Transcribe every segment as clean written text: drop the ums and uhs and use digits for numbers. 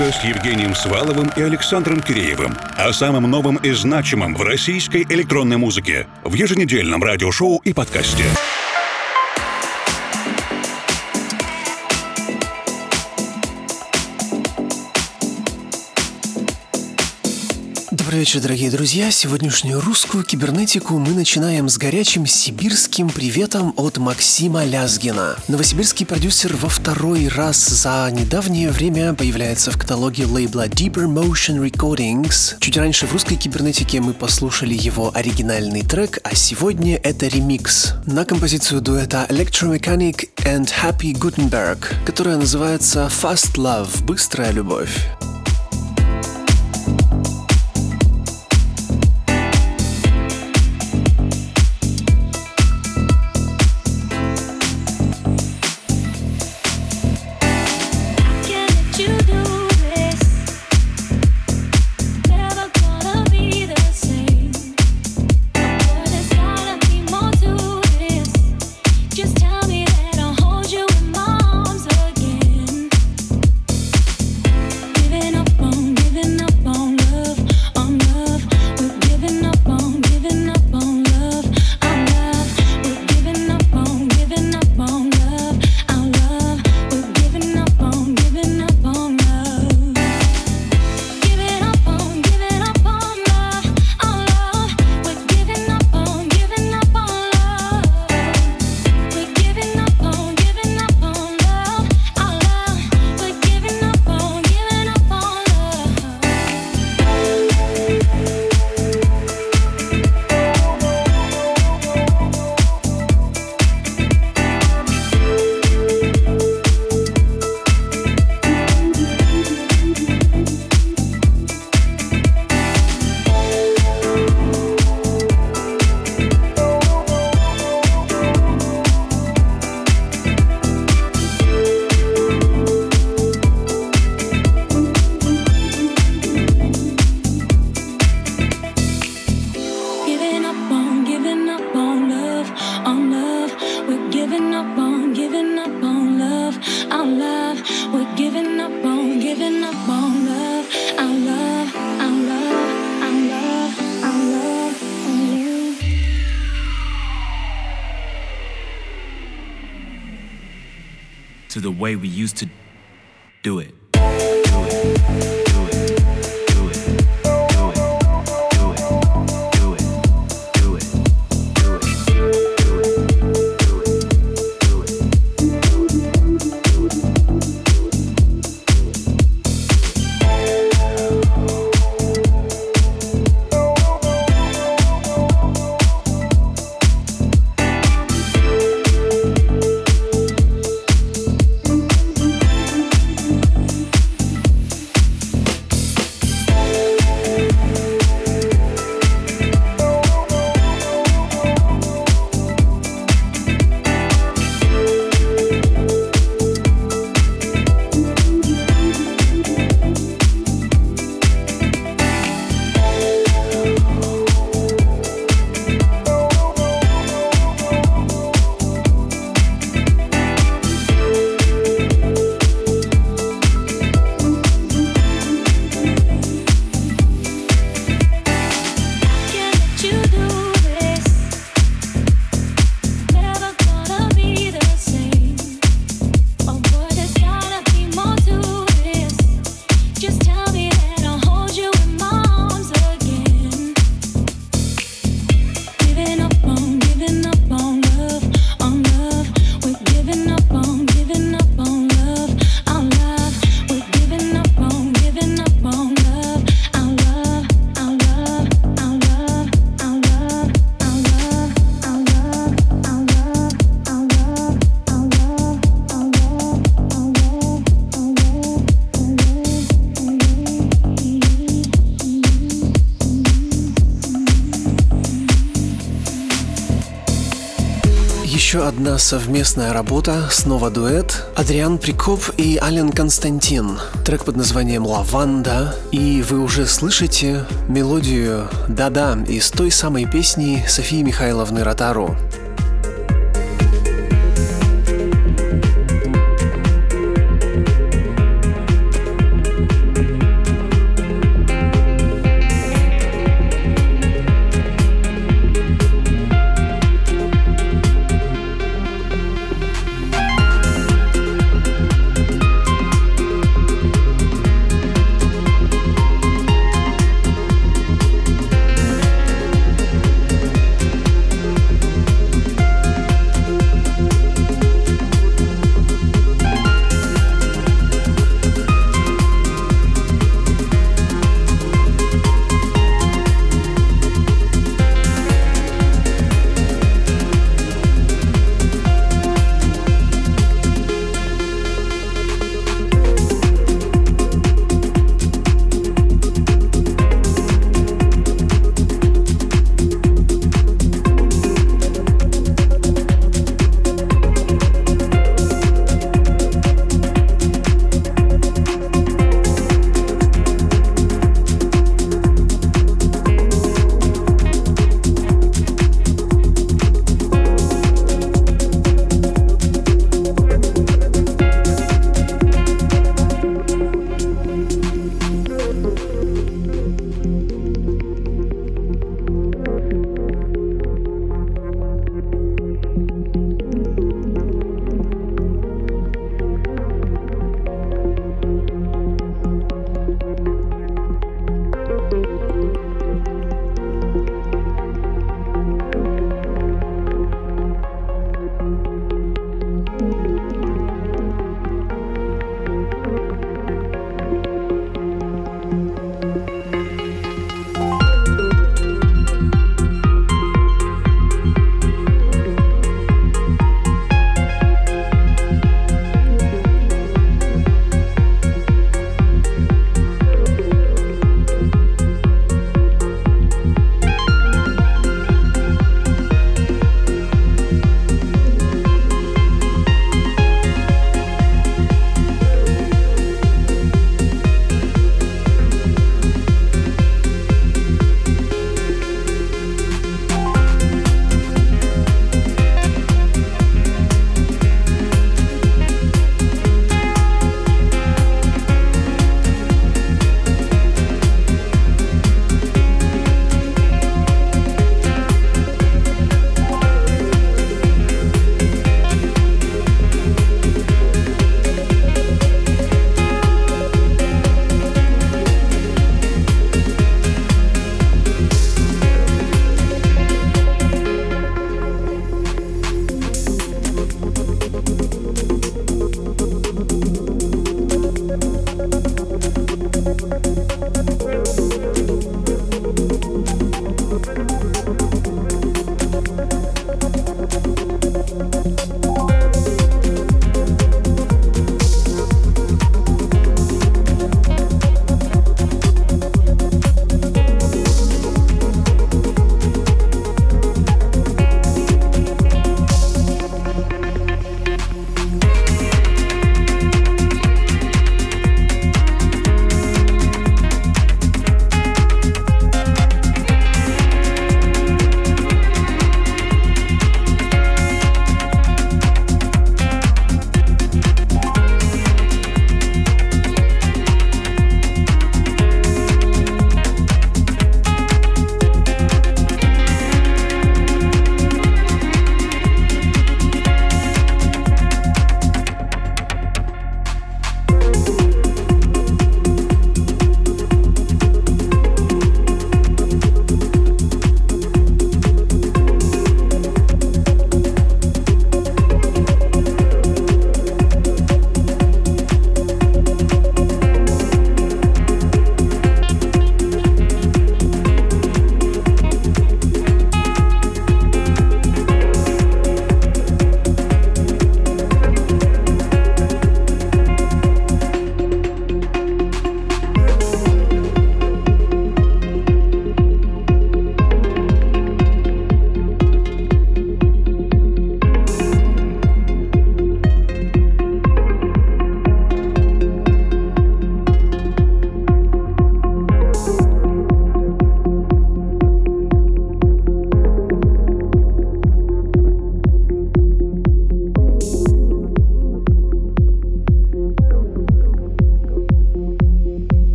выпуска с Евгением Сваловым и Александром Киреевым о самом новом и значимом в российской электронной музыке в еженедельном радиошоу и подкасте. Добрый вечер, дорогие друзья. Сегодняшнюю русскую кибернетику мы начинаем с горячим сибирским приветом от Максима Лязгина. Новосибирский продюсер во второй раз за недавнее время появляется в каталоге лейбла Deeper Motion Recordings. Чуть раньше в русской кибернетике мы послушали его оригинальный трек, а сегодня это ремикс на композицию дуэта Electromechanic and Happy Gutenberg, которая называется Fast Love – «Быстрая любовь». To the way we used to do it. Еще одна совместная работа, снова дуэт. Адриан Прикоп и Ален Константин. Трек под названием «Лаванда». И вы уже слышите мелодию «Да-да» из той самой песни Софии Михайловны Ротару.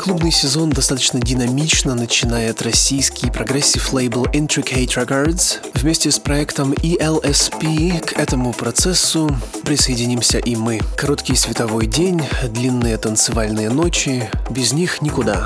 клубный сезон достаточно динамично начинает российский прогрессив-лейбл Intricate Records. Вместе с проектом ELSP к этому процессу присоединимся и мы. Короткий световой день, длинные танцевальные ночи, без них никуда.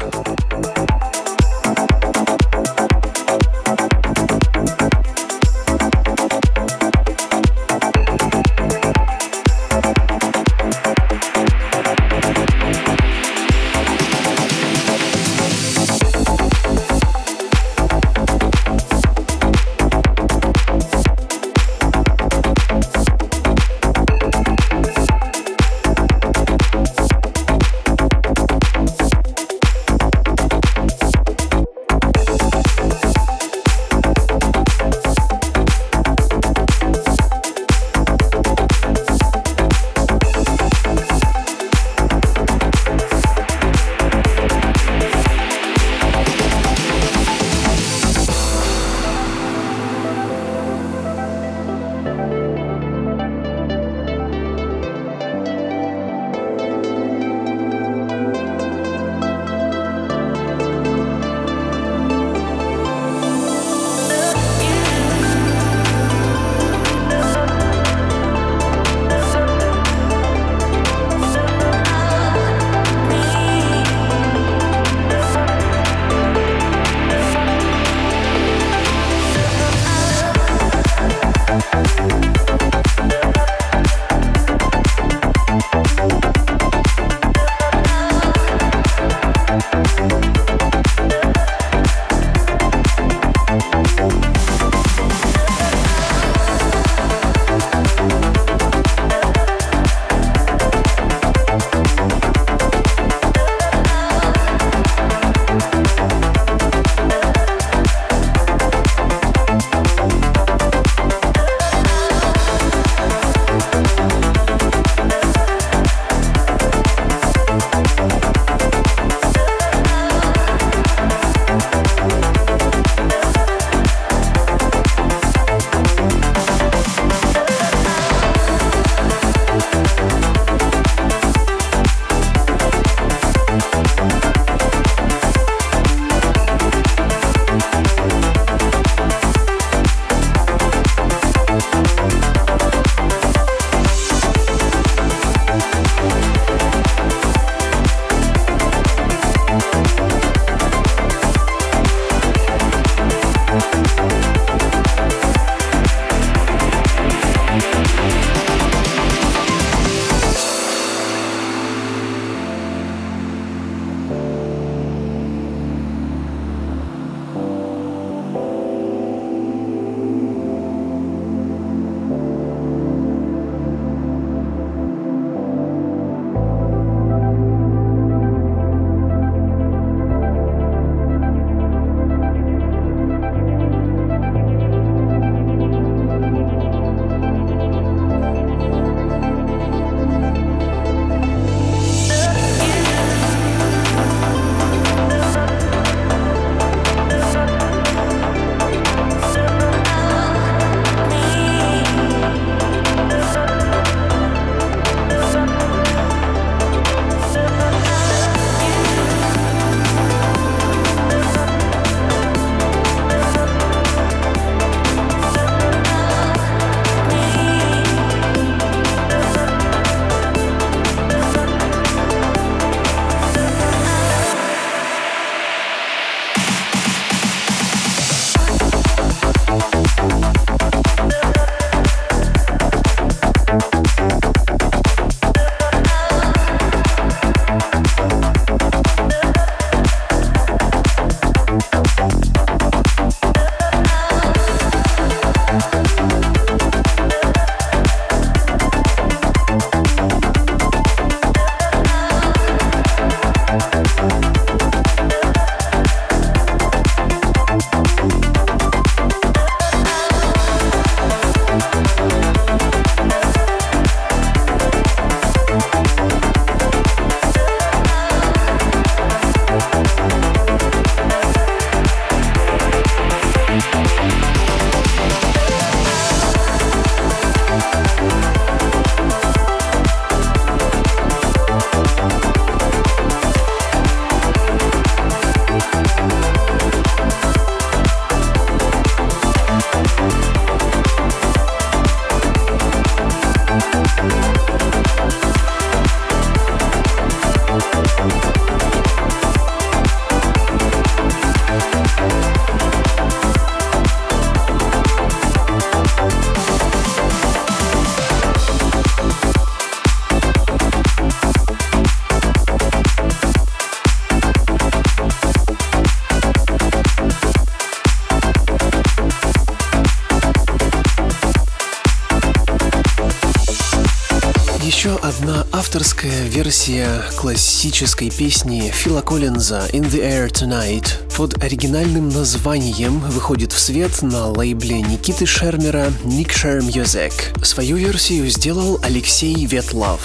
одна авторская версия классической песни Фила Коллинза «In the Air Tonight» под оригинальным названием выходит в свет на лейбле Никиты Шермера Nick Share Music. Свою версию сделал Алексей Ветлов.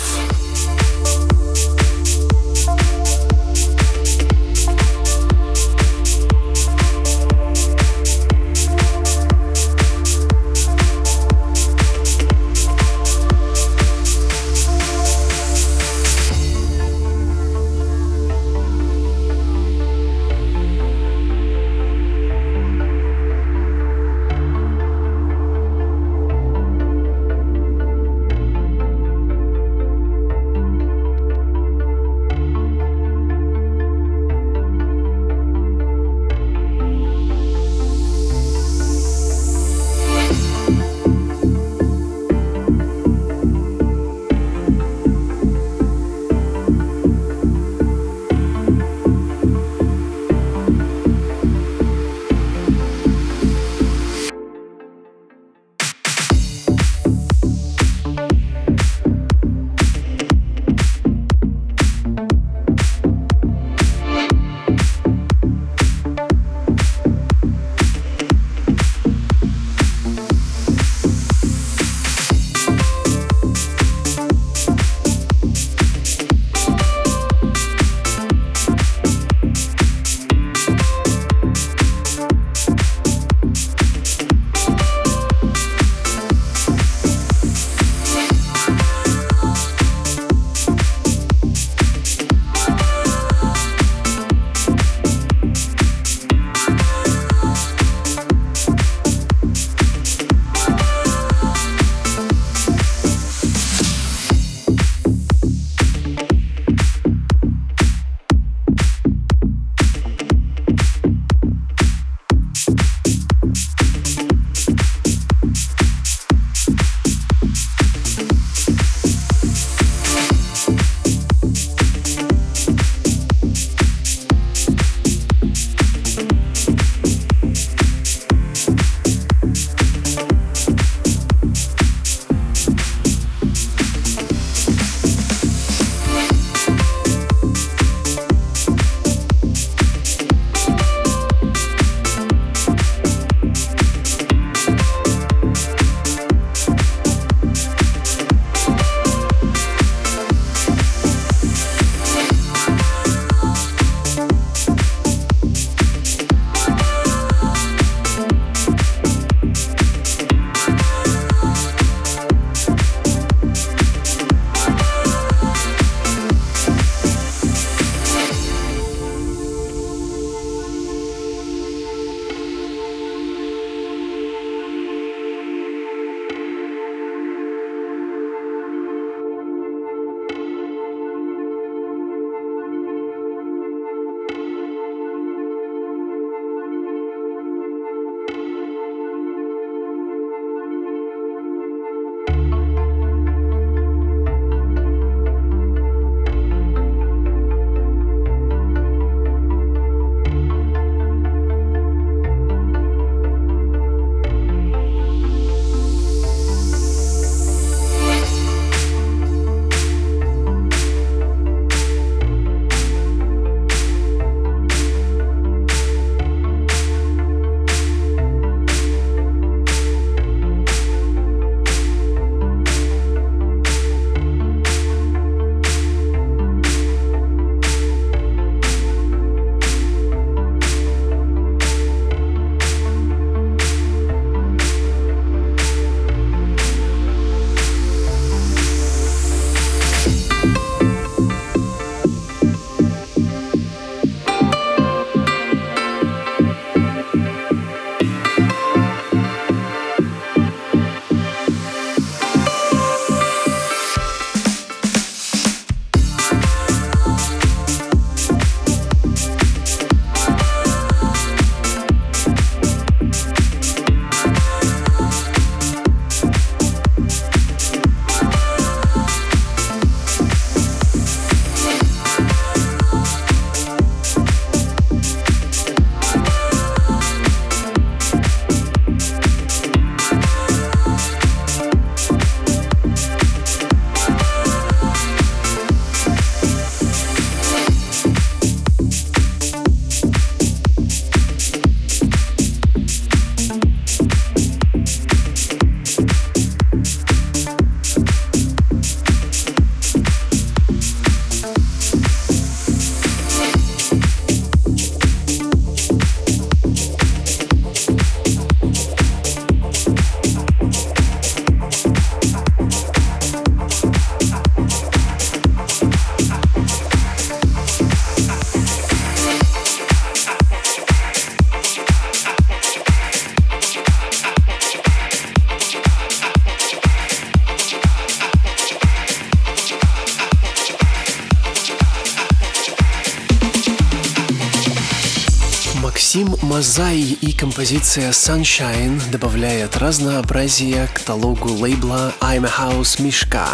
Максим Мазай и композиция Sunshine добавляет разнообразие к каталогу лейбла I'm a House Мишка.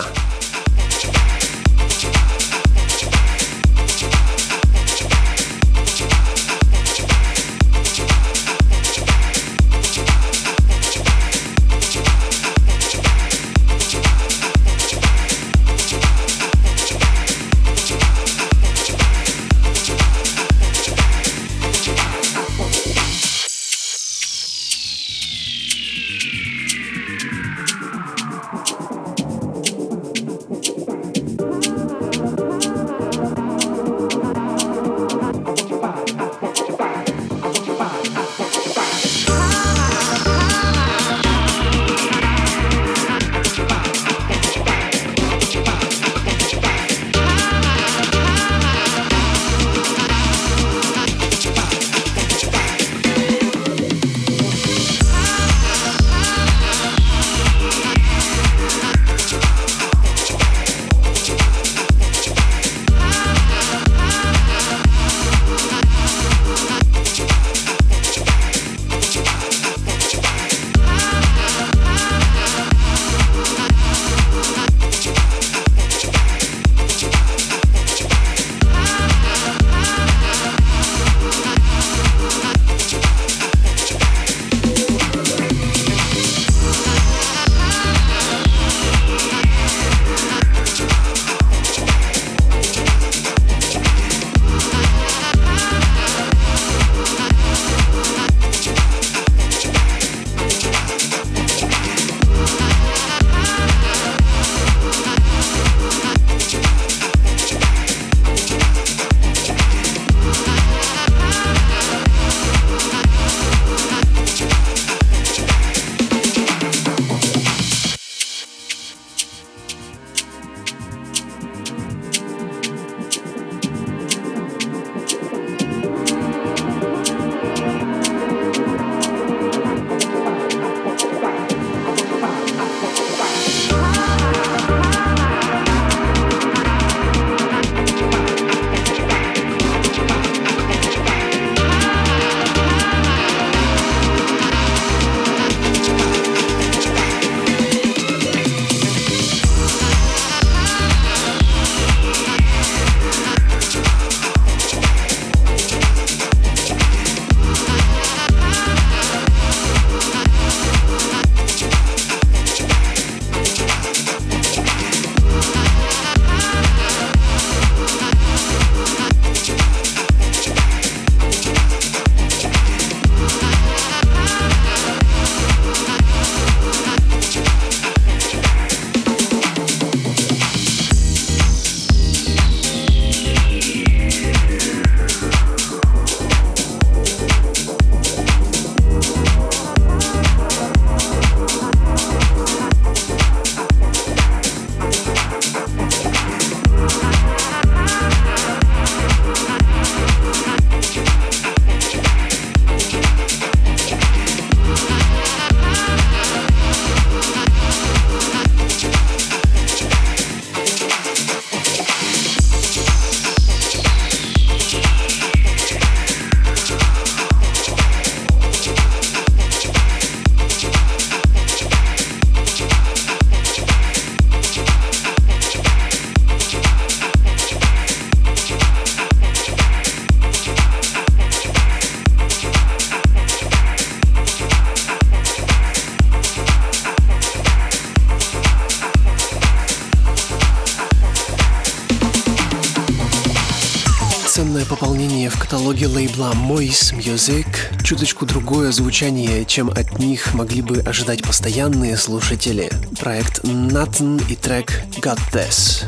Ценное пополнение в каталоге лейбла Moist Music, чуточку другое звучание, чем от них могли бы ожидать постоянные слушатели. Проект Nothing и трек Got This.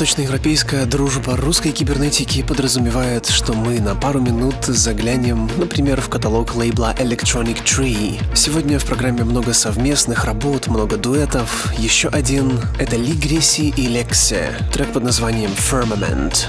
Восточноевропейская дружба русской кибернетики подразумевает, что мы на пару минут заглянем, например, в каталог лейбла Electronic Tree. Сегодня в программе много совместных работ, много дуэтов. Еще один — это Ли Гресси и Лексе. Трек под названием Firmament.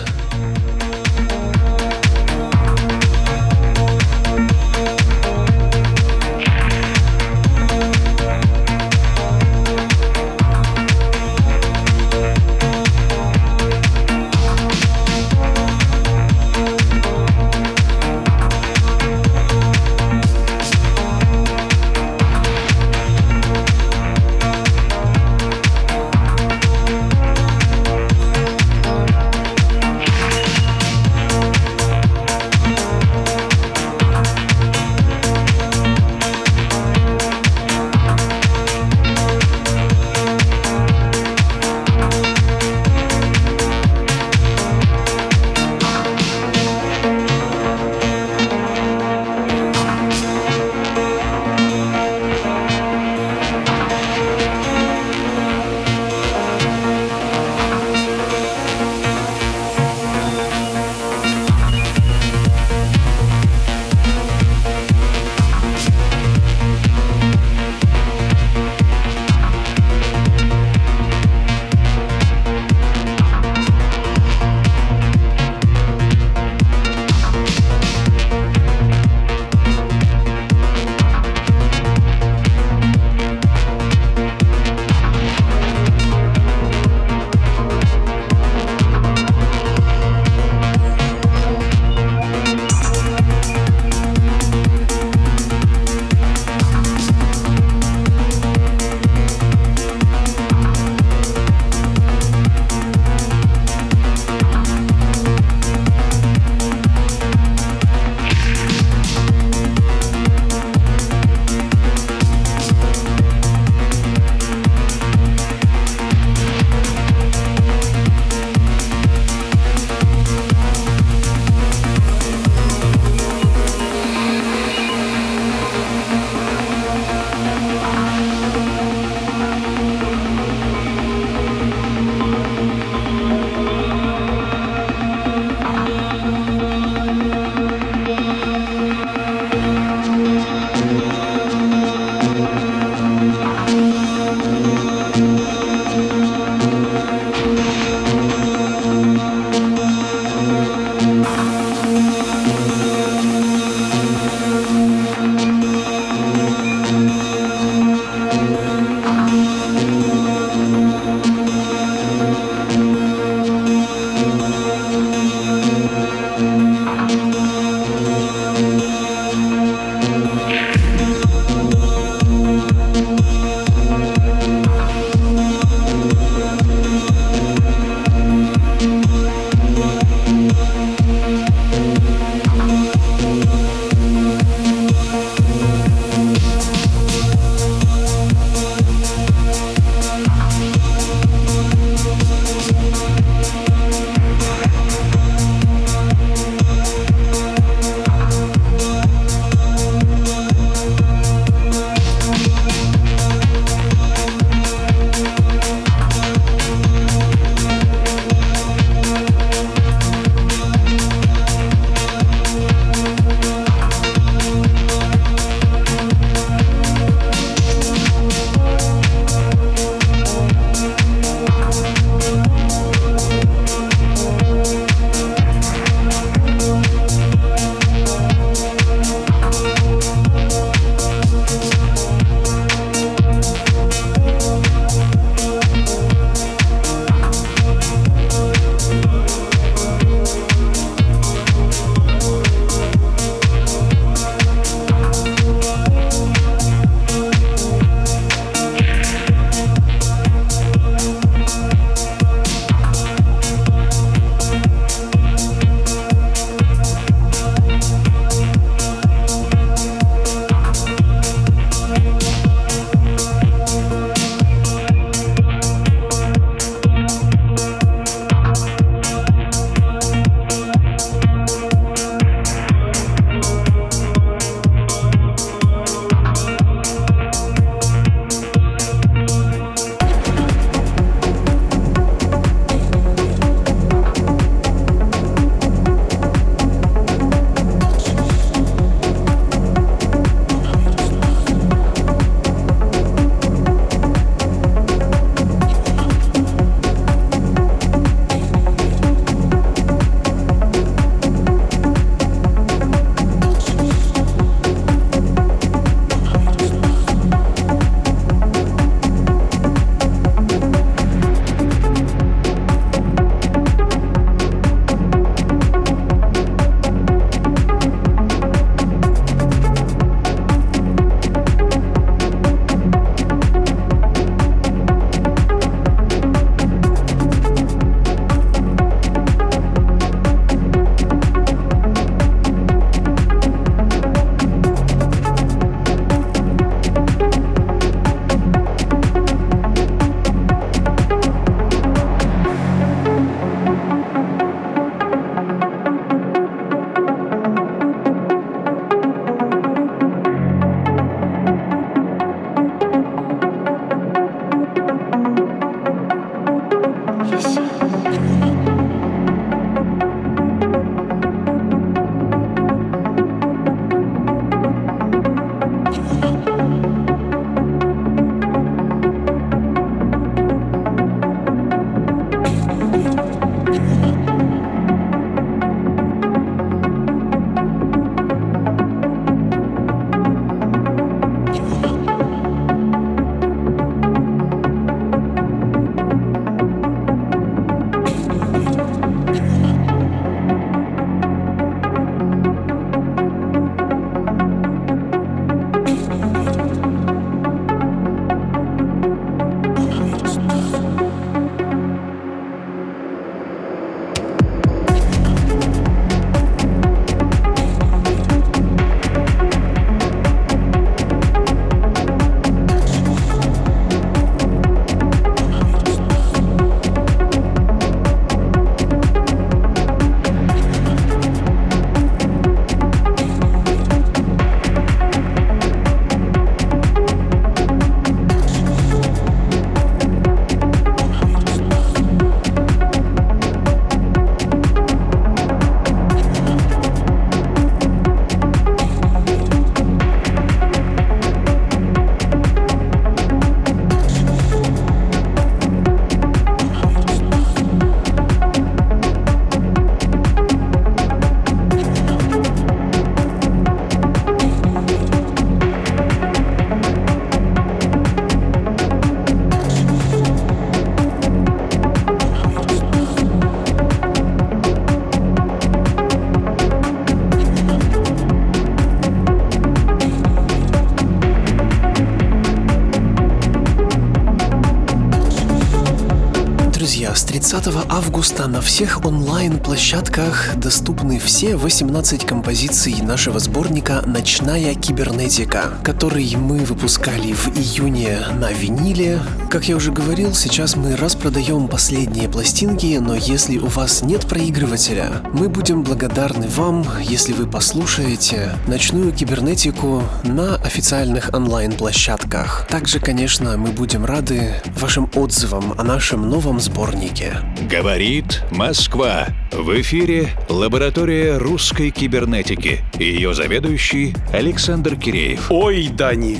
с 30 августа на всех онлайн-площадках доступны все 18 композиций нашего сборника «Ночная кибернетика», который мы выпускали в июне на виниле. Как я уже говорил, сейчас мы распродаем последние пластинки, но если у вас нет проигрывателя, мы будем благодарны вам, если вы послушаете «Ночную кибернетику» на официальных онлайн-площадках. Также, конечно, мы будем рады вашим отзывам о нашем новом сборнике. Говорит Москва. В эфире лаборатория русской кибернетики. Ее заведующий Александр Киреев. Ой, да не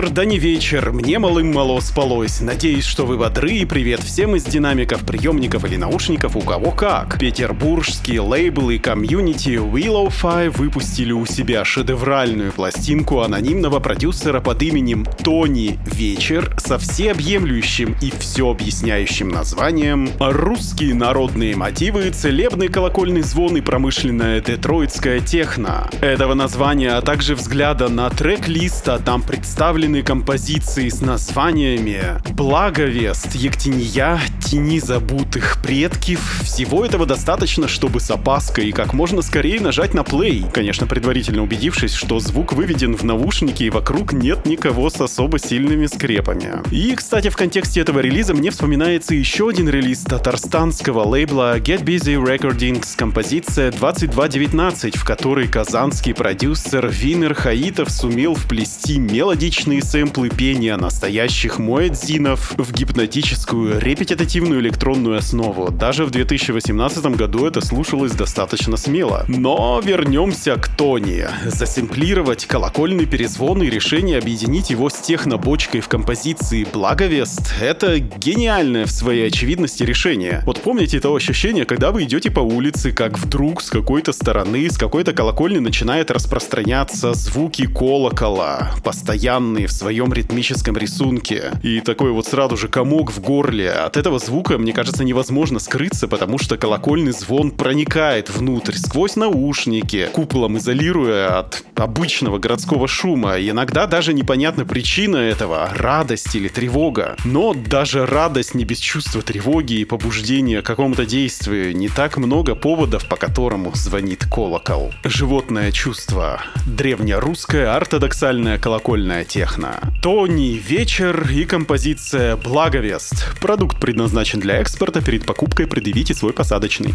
вечер, мне малым-мало спалось. Надеюсь, что вы бодры, и привет всем из динамиков, приемников или наушников, у кого как. Петербургские лейблы и комьюнити Willow-Fi выпустили у себя шедевральную пластинку анонимного продюсера под именем Тони Вечер со всеобъемлющим и все объясняющим названием «Русские народные мотивы, целебный колокольный звон и промышленная детройтская техно». Этого названия, а также взгляда на трек-лист, а там представлены композиции с названиями «Благовест», «Ектения», «Тени забутых предков». Всего этого достаточно, чтобы с опаской и как можно скорее нажать на плей. Конечно, предварительно убедившись, что звук выведен в наушники и вокруг нет никого с особо сильными скрепами. И, кстати, в контексте этого релиза мне вспоминается еще один релиз татарстанского лейбла Get Busy Recordings, композиция 2219, в которой казанский продюсер Винер Хаитов сумел вплести мелодичные сэмплы пения настоящих муэдзинов в гипнотическую репетитивную электронную основу. Даже в 2018 году это слушалось достаточно смело. Но вернемся к Тони. Засэмплировать колокольный перезвон и решение объединить его с технобочкой в композиции «Благовест» — это гениальное в своей очевидности решение. Вот помните то ощущение, когда вы идете по улице, как вдруг с какой-то стороны, с какой-то колокольни начинает распространяться звуки колокола, постоянные в своем ритмическом рисунке. И такой вот сразу же комок в горле. От этого звука, мне кажется, невозможно скрыться, потому что колокольный звон проникает внутрь, сквозь наушники, куполом изолируя от обычного городского шума. И иногда даже непонятна причина этого — радость или тревога. Но даже радость не без чувства тревоги и побуждения к какому-то действию. Не так много поводов, по которому звонит колокол. Животное чувство. Древнерусская ортодоксальная колокольная техно. Тони Вечер и композиция «Благовест». Продукт предназначен для экспорта. Перед покупкой предъявите свой посадочный.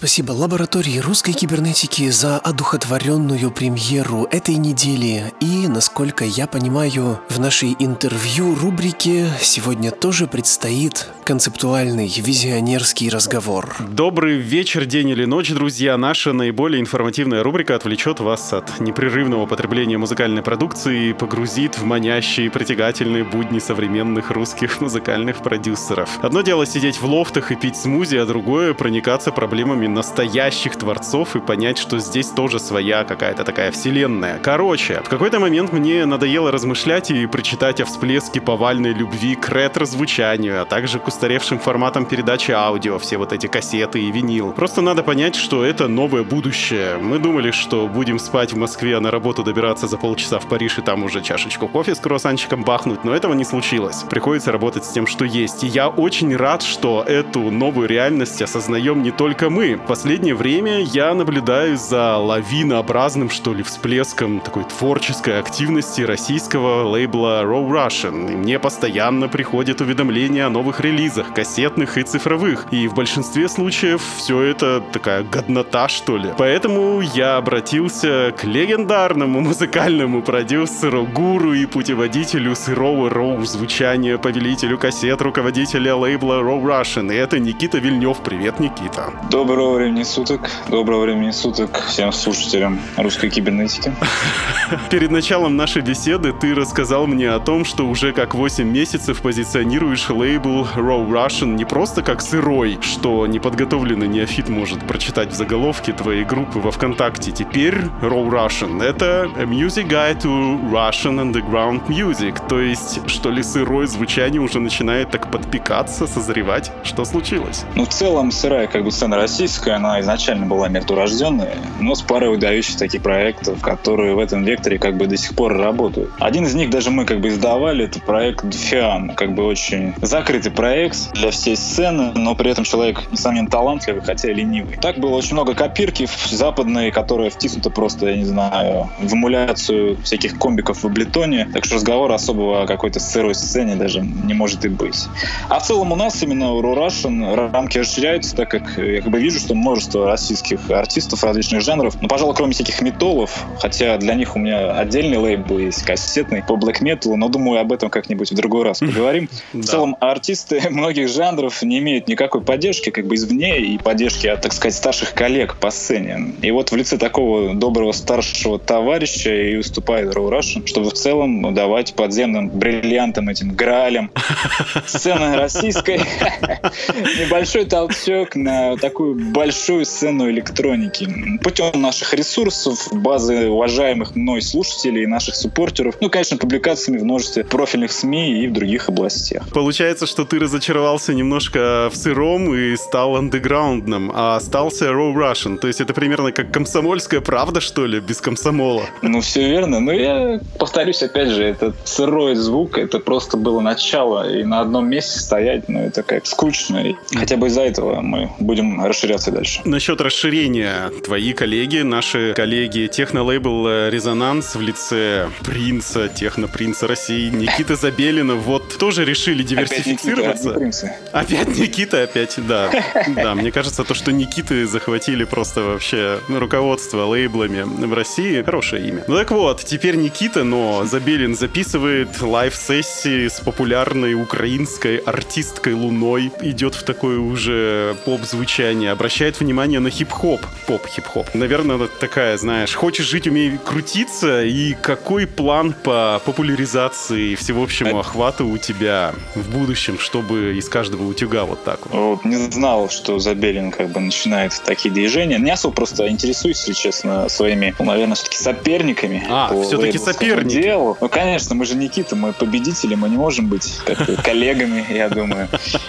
спасибо лаборатории русской кибернетики за одухотворенную премьеру этой недели. И, насколько я понимаю, в нашей интервью-рубрике сегодня тоже предстоит концептуальный визионерский разговор. Добрый вечер, день или ночь, друзья. Наша наиболее информативная рубрика отвлечет вас от непрерывного потребления музыкальной продукции и погрузит в манящие и притягательные будни современных русских музыкальных продюсеров. Одно дело сидеть в лофтах и пить смузи, а другое — проникаться проблемами настоящих творцов и понять, что здесь тоже своя какая-то такая вселенная. Короче, в какой-то момент мне надоело размышлять и прочитать о всплеске повальной любви к ретро-звучанию, а также к устаревшим форматам передачи аудио, все вот эти кассеты и винил. Просто надо понять, что это новое будущее. Мы думали, что будем спать в Москве, а на работу добираться за полчаса в Париж и там уже чашечку кофе с круассанчиком бахнуть, но этого не случилось. Приходится работать с тем, что есть. И я очень рад, что эту новую реальность осознаем не только мы. В последнее время я наблюдаю за лавинообразным, что ли, всплеском такой творческой активности российского лейбла Raw Russian. И мне постоянно приходят уведомления о новых релизах, кассетных и цифровых. И в большинстве случаев все это такая годнота, что ли. Поэтому я обратился к легендарному музыкальному продюсеру, гуру и путеводителю сырого роу-звучания, повелителю кассет, руководителя лейбла Raw Russian. И это Никита Вильнев. Привет, Никита. Доброго времени суток. Доброго времени суток всем слушателям русской кибернетики. Перед началом нашей беседы ты рассказал мне о том, что уже как 8 месяцев позиционируешь лейбл Raw Russian не просто как сырой, что неподготовленный неофит может прочитать в заголовке твоей группы во ВКонтакте. Теперь Raw Russian — это a music guide to Russian underground music. То есть, что ли, сырое звучание уже начинает так подпекаться, созревать? Что случилось? Ну, в целом, сырая сцена российская, она изначально была мертворожденная, но с парой выдающихся таких проектов, которые в этом векторе до сих пор работают. Один из них даже мы издавали, это проект Фиан, очень закрытый проект для всей сцены, но при этом человек, несомненно, талантливый, хотя и ленивый. Так было очень много копирки западной, которая втиснута просто, я не знаю, в эмуляцию всяких комбиков в Ableton, так что разговор особого о какой-то сырой сцене даже не может и быть. А в целом у нас именно у Raw Russian рамки расширяются, так как я вижу, что множество российских артистов различных жанров, но, пожалуй, кроме всяких металлов, хотя для них у меня отдельный лейбл есть, кассетный, по блэк металу, но думаю, об этом как-нибудь в другой раз поговорим. В целом, артисты многих жанров не имеют никакой поддержки извне и поддержки от, так сказать, старших коллег по сцене. И вот в лице такого доброго старшего товарища и выступает Raw Russian, чтобы в целом давать подземным бриллиантам, этим граалям сцены российской небольшой толчок на такую большую сцену электроники. Путем наших ресурсов, базы уважаемых мной слушателей и наших суппортеров, конечно, публикациями в множестве профильных СМИ и в других областях. Получается, что ты разочаровался немножко в сыром и стал андеграундным, а остался Raw Russian. То есть это примерно как «Комсомольская правда», что ли, без комсомола? Все верно. Но я повторюсь, опять же, этот сырой звук, это просто было начало. И на одном месте стоять, это как скучно. И хотя бы из-за этого мы будем расширяться дальше. Насчет расширения. Твои коллеги, наши коллеги, технолейбл «Резонанс» в лице принца, технопринца России, Никиты Забелина, тоже решили диверсифицироваться. Опять Никита, опять, да. Да, мне кажется, то, что Никиты захватили просто вообще руководство лейблами в России, хорошее имя. Так вот, теперь Никита, но Забелин записывает лайв-сессии с популярной украинской артисткой Луной, идет в такое уже поп-звучание, обращает внимание на хип-хоп. Поп-хип-хоп. Наверное, такая, знаешь, хочешь жить, умей крутиться, и какой план по популяризации и всеобщему охвату у тебя в будущем, чтобы из каждого утюга вот так вот? Не знал, что Забелин начинает такие движения. Не особо просто интересуюсь, если честно, своими, наверное, все-таки соперниками. Все-таки соперники. Делу. Конечно, мы же Никита, мы победители, мы не можем быть коллегами, я думаю.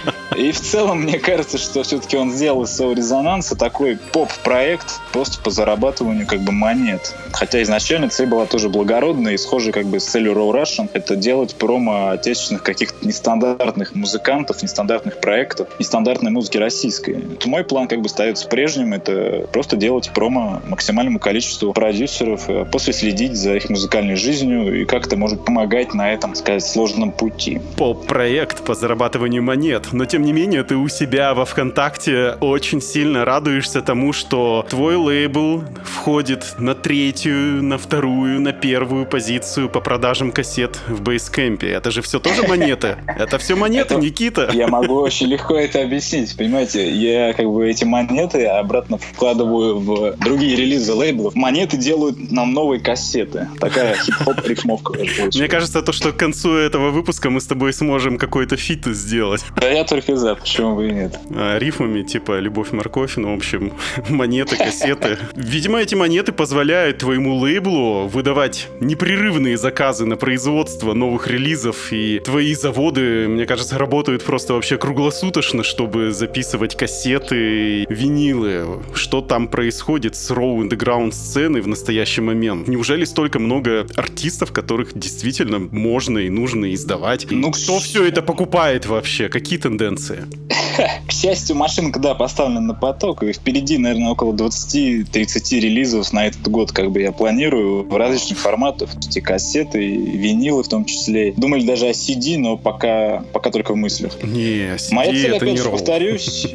И в целом, мне кажется, что все-таки он сделал из своего «Резонанса» такой поп-проект просто по зарабатыванию монет. Хотя изначально цель была тоже благородная и схожая с целью Raw Russian. Это делать промо отечественных каких-то нестандартных музыкантов, нестандартных проектов, нестандартной музыки российской. Мой план остается прежним. Это просто делать промо максимальному количеству продюсеров, а после следить за их музыкальной жизнью и как-то может помогать на этом, сложном пути. Поп-проект по зарабатыванию монет. Но тем не менее, ты у себя во ВКонтакте очень сильно сильно радуешься тому, что твой лейбл входит на 3-ю, на 2-ю, на 1-ю позицию по продажам кассет в Бейскэмпе. Это же все тоже монеты. Это все монеты, Никита. Я могу очень легко это объяснить. Понимаете, я как бы эти монеты обратно вкладываю в другие релизы лейблов. Монеты делают нам новые кассеты. Такая хип-хоп рифмовка. Мне кажется, то, что к концу этого выпуска мы с тобой сможем какой-то фит сделать. Да я только за, почему бы и нет. Рифмами типа «Любовь-морковь», ну, в общем, монеты, кассеты. Видимо, эти монеты позволяют твоему лейблу выдавать непрерывные заказы на производство новых релизов, и твои заводы, мне кажется, работают просто вообще круглосуточно, чтобы записывать кассеты, винилы. Что там происходит с Raw Underground сценой в настоящий момент? Неужели столько много артистов, которых действительно можно и нужно издавать? Ну, кто все это покупает вообще? Какие тенденции? К счастью, машинка, да, поставлена на поток, и впереди, наверное, около 20-30 релизов на этот год, как бы я планирую, в различных форматах, эти кассеты, и винилы в том числе. Думали даже о CD, но пока только в мыслях. Не, CD Моя цель, это опять не же, повторюсь,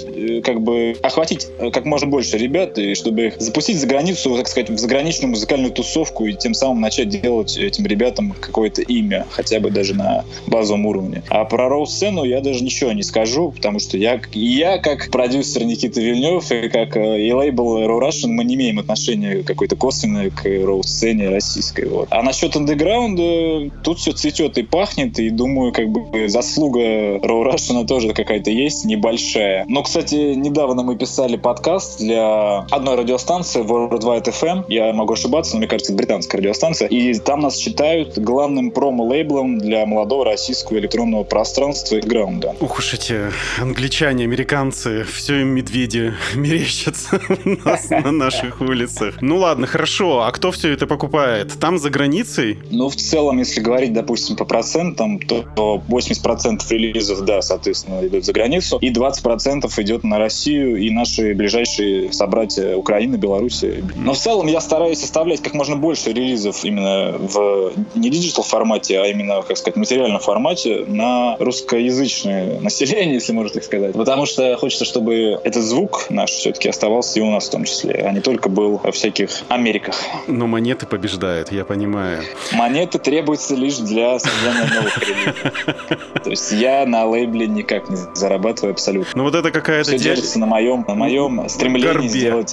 как бы охватить как можно больше ребят, и чтобы их запустить за границу, так сказать, в заграничную музыкальную тусовку, и тем самым начать делать этим ребятам какое-то имя, хотя бы даже на базовом уровне. А про роу-сцену я даже ничего не скажу, потому что я как продюсер Никита Вильнев и как и лейбл Raw Russian, мы не имеем отношения какой-то косвенной к роу-сцене российской. Вот. А насчет андеграунда, тут все цветет и пахнет, и думаю, как бы заслуга Raw Russian тоже какая-то есть, небольшая. Но, кстати, недавно мы писали подкаст для одной радиостанции, Worldwide FM. Я могу ошибаться, но мне кажется, это британская радиостанция. И там нас считают главным промо-лейблом для молодого российского электронного пространства и граунда. Ух уж эти англичане, американцы, все им медведи мерещатся у нас на наших улицах. Ну ладно, хорошо. А кто все это покупает? Там за границей? Ну, в целом, если говорить, допустим, по процентам, то 80% релизов, да, соответственно, идут за границу, и 20% идет на Россию и наши ближайшие собратья Украины, Беларуси. Но в целом я стараюсь оставлять как можно больше релизов именно в не диджитал формате, а именно, как сказать, материальном формате на русскоязычное население, если можно так сказать. Потому что хочется, чтобы этот звук наш все-таки оставался и у нас в том числе, а не только был во всяких Америках. Но монеты побеждают, я понимаю. Монеты требуются лишь для создания новых релизов. То есть я на лейбле никак не зарабатываю абсолютно. Ну вот это какая-то... Все держится на моем стремлении горбе. Сделать...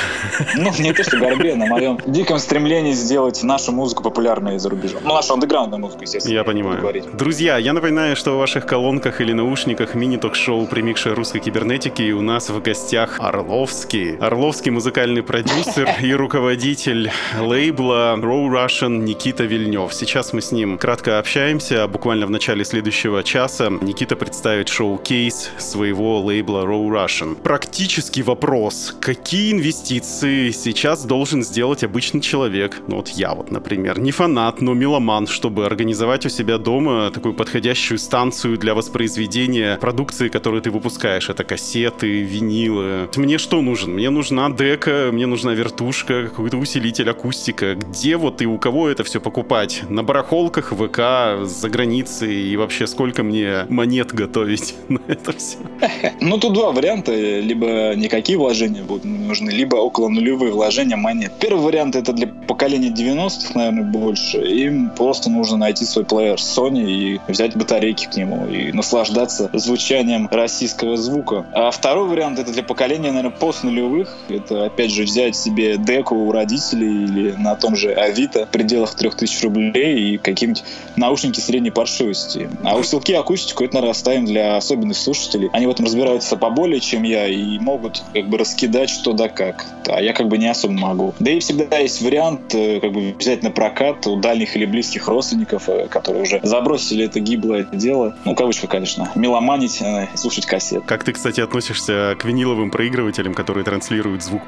Ну, не то, что горбе, на моем диком стремлении сделать нашу музыку популярной за рубежом. Ну, нашу андеграундную музыку, естественно. Я понимаю. Друзья, я напоминаю, что в ваших колонках или наушниках мини-ток-шоу «Примикшая русской кибернетики» и у нас в гостях Орловский музыкальный продюсер и руководитель лейбла Raw Russian Никита Вильнев. Сейчас мы с ним кратко общаемся, а буквально в начале следующего часа Никита представит шоу-кейс своего лейбла Raw Russian. Практический вопрос. Какие инвестиции сейчас должен сделать обычный человек? Ну вот я вот, например, не фанат, но меломан, чтобы организовать у себя дома такую подходящую станцию для воспроизведения продукции, которую ты выпускаешь. Это кассеты, винилы. Мне что нужен? Мне нужна дека, мне нужна вертушка, какой-то усилитель, акустика. Где вот и у кого это все покупать? На барахолках, ВК, за границей, и вообще сколько мне монет готовить на это все? Ну, тут два варианта. Либо никакие вложения будут нужны, либо около нулевые вложения монет. Первый вариант — это для поколения 90-х, наверное, больше. Им просто нужно найти свой плеер Sony и взять батарейки к нему и наслаждаться звучанием российского звука. А второй вариант — это для поколения, наверное, постнулевых. Это, опять же, взять себе деку у родителей или на том же Авито в пределах 3000 рублей и какие-нибудь наушники средней паршивости. А усилки и акустику — это, наверное, оставим для особенных слушателей. Они в этом разбираются поболее, чем я, и могут как бы раскидать что да как. А я как бы не особо могу. Да и всегда есть вариант как бы взять на прокат у дальних или близких родственников, которые уже забросили это гиблое дело. Ну, кавычка, конечно. Меломанить, слушать кассет. Как ты, кстати, относишься к виниловым проигрывателям, которые транслируют звук по Bluetooth?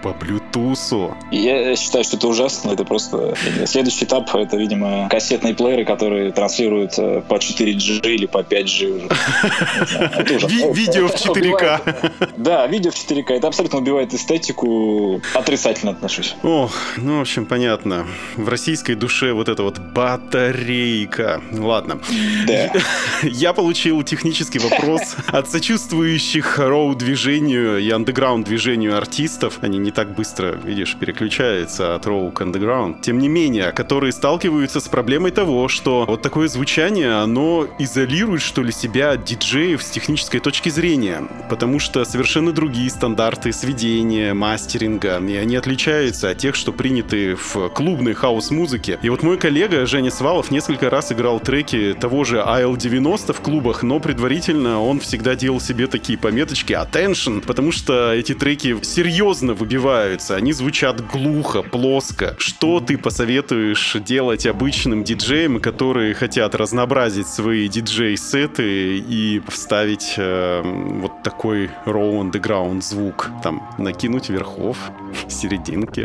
Bluetooth. Я считаю, что это ужасно. Это просто следующий этап. Это, видимо, кассетные плееры, которые транслируют по 4G или по 5G уже. Это ужасно. Видео в 4К. Да, видео в 4К. Это абсолютно убивает эстетику. Отрицательно отношусь. Ох, ну, в общем, понятно. В российской душе вот эта вот батарейка. Ладно. Да. Я получил технический вопрос от сочувствующих роу-движению и андеграунд-движению артистов. Они не так быстро, видишь, переключаются от роу к андеграунд. Тем не менее, которые сталкиваются с проблемой того, что вот такое звучание, оно изолирует, что ли, себя от диджеев с технической точки зрения. Потому что совершенно другие стандарты сведения, мастеринга, и они отличаются от тех, что приняты в клубной хаус-музыке. И вот мой коллега Женя Свалов несколько раз играл треки того же AL90 в клубах, но предварительно он всегда делал себе такие пометочки attention, потому что эти треки серьезно выбиваются, они звучат глухо, плоско. Что ты посоветуешь делать обычным диджеям, которые хотят разнообразить свои диджей-сеты и вставить вот такой raw underground звук? Там накинуть верхов, серединки.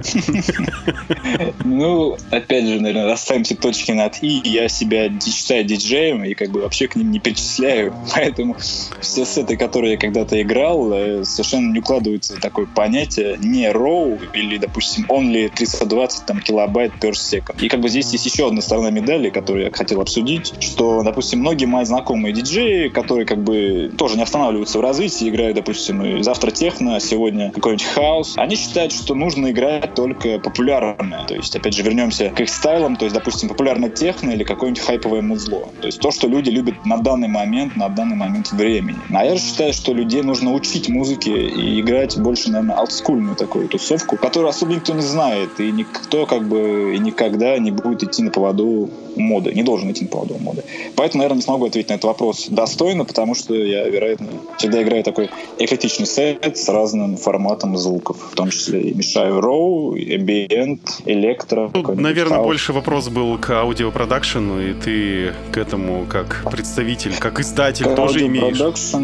Ну, опять же, наверное, расставим все точки над «и». Я себя считаю диджеем и как бы вообще к ним не причисляю. Поэтому все сеты, которые я когда-то играл, совершенно не укладываются в такое понятие не RAW или, допустим, only 320 килобайт per second. И как бы здесь есть еще одна сторона медали, которую я хотел обсудить, что, допустим, многие мои знакомые диджеи, которые как бы тоже не останавливаются в развитии, играют, допустим, завтра техно, сегодня какой-нибудь хаус, они считают, что нужно играть только популярное. То есть, опять же, вернемся к их стайлам, то есть, допустим, популярное техно или какое-нибудь хайповое музло. То есть то, что люди любят на данный момент времени. А я же считаю, что людей нужно учить музыке и играть больше, наверное, олдскульную такую тусовку, которую особо никто не знает, и никто как бы и никогда не будет идти на поводу моды, не должен идти на поводу моды. Поэтому, наверное, не смогу ответить на этот вопрос достойно, потому что я, вероятно, всегда играю такой эклектичный сет с разным форматом звуков, в том числе и мешаю роу, ambient, электро. Наверное, больше вопрос был к аудиопродакшену, и ты к этому как представитель, как издатель к тоже имеешь.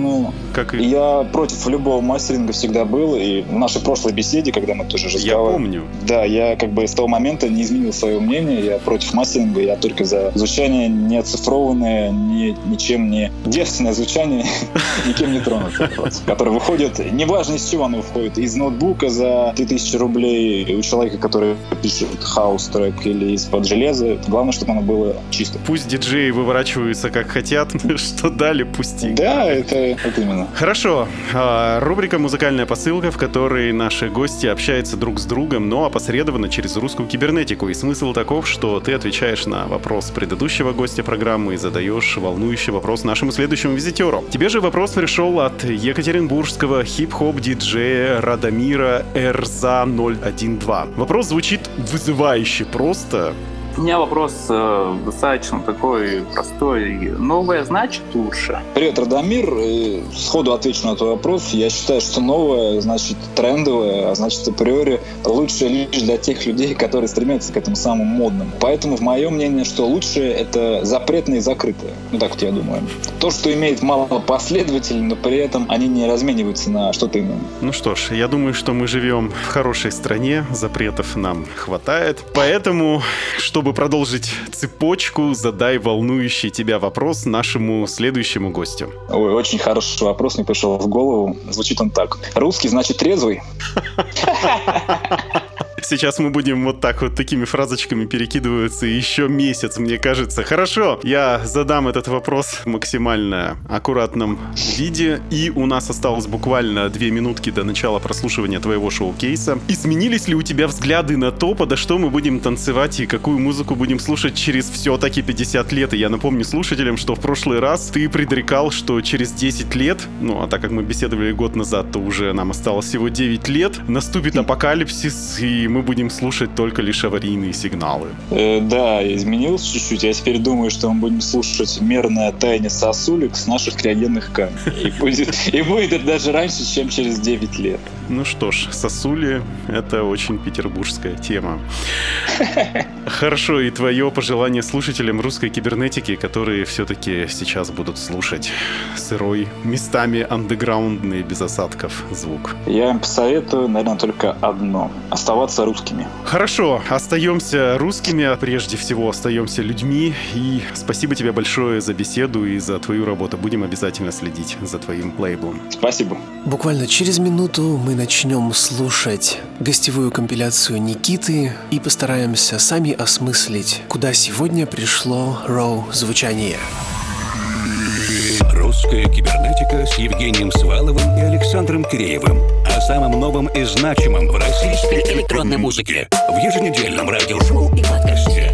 Как и... Я против любого мастеринга всегда был, и в нашей прошлой беседе, когда мы тоже разговаривали... Я помню. Да, я как бы с того момента не изменил свое мнение, я против мастеринга, я только за звучание не оцифрованное, ничем не девственное звучание, никем не тронутое, которое выходит, неважно из чего оно выходит, из ноутбука за 3000 рублей у человека, который пишет хаус-трек, или из-под железа. Главное, чтобы оно было чисто. Пусть диджеи выворачиваются как хотят, что дали, пусти. Да, это именно. Хорошо. Рубрика «Музыкальная посылка», в которой наши гости общаются друг с другом, но опосредованно через русскую кибернетику. И смысл таков, что ты отвечаешь на вопрос предыдущего гостя программы и задаешь волнующий вопрос нашему следующему визитеру. Тебе же вопрос пришел от екатеринбургского хип-хоп-диджея Радомира Эрза 012. Вопрос звучит вызывающе просто. У меня вопрос достаточно такой простой. Новое значит лучше? Привет, Радомир. Сходу отвечу на твой вопрос. Я считаю, что новое значит трендовое, а значит априори лучше лишь для тех людей, которые стремятся к этому самому модному. Поэтому, в моем мнении, что лучшее — это запретное и закрытое. Ну так вот я думаю. То, что имеет мало последователей, но при этом они не размениваются на что-то иное. Ну что ж, я думаю, что мы живем в хорошей стране, запретов нам хватает. Поэтому, чтобы продолжить цепочку, задай волнующий тебя вопрос нашему следующему гостю. Ой, очень хороший вопрос мне пришел в голову. Звучит он так. Русский значит трезвый? Сейчас мы будем вот так вот такими фразочками перекидываться еще месяц, мне кажется. Хорошо, я задам этот вопрос в максимально аккуратном виде. И у нас осталось буквально 2 минутки до начала прослушивания твоего шоу-кейса. Изменились ли у тебя взгляды на то, подо что мы будем танцевать и какую музыку будем слушать через все-таки 50 лет? И я напомню слушателям, что в прошлый раз ты предрекал, что через 10 лет, ну а так как мы беседовали год назад, то уже нам осталось всего 9 лет, наступит апокалипсис, и мы будем слушать только лишь аварийные сигналы. Да, изменился чуть-чуть. Я теперь думаю, что мы будем слушать мерное таяние сосулек с наших криогенных камер. И будет это даже раньше, чем через 9 лет. Ну что ж, сосули — это очень петербургская тема. Хорошо, и твое пожелание слушателям русской кибернетики, которые все-таки сейчас будут слушать сырой, местами андеграундный, без осадков звук. Я им посоветую, наверное, только одно — оставаться русскими. Хорошо, остаемся русскими, а прежде всего остаемся людьми. И спасибо тебе большое за беседу и за твою работу. Будем обязательно следить за твоим лейблом. Спасибо. Буквально через минуту мы начнем слушать гостевую компиляцию Никиты и постараемся сами осмыслить, куда сегодня пришло роу-звучание. Русская кибернетика с Евгением Сваловым и Александром Киреевым. О самом новом и значимом в российской электронной музыке. В еженедельном радиошоу и подкасте.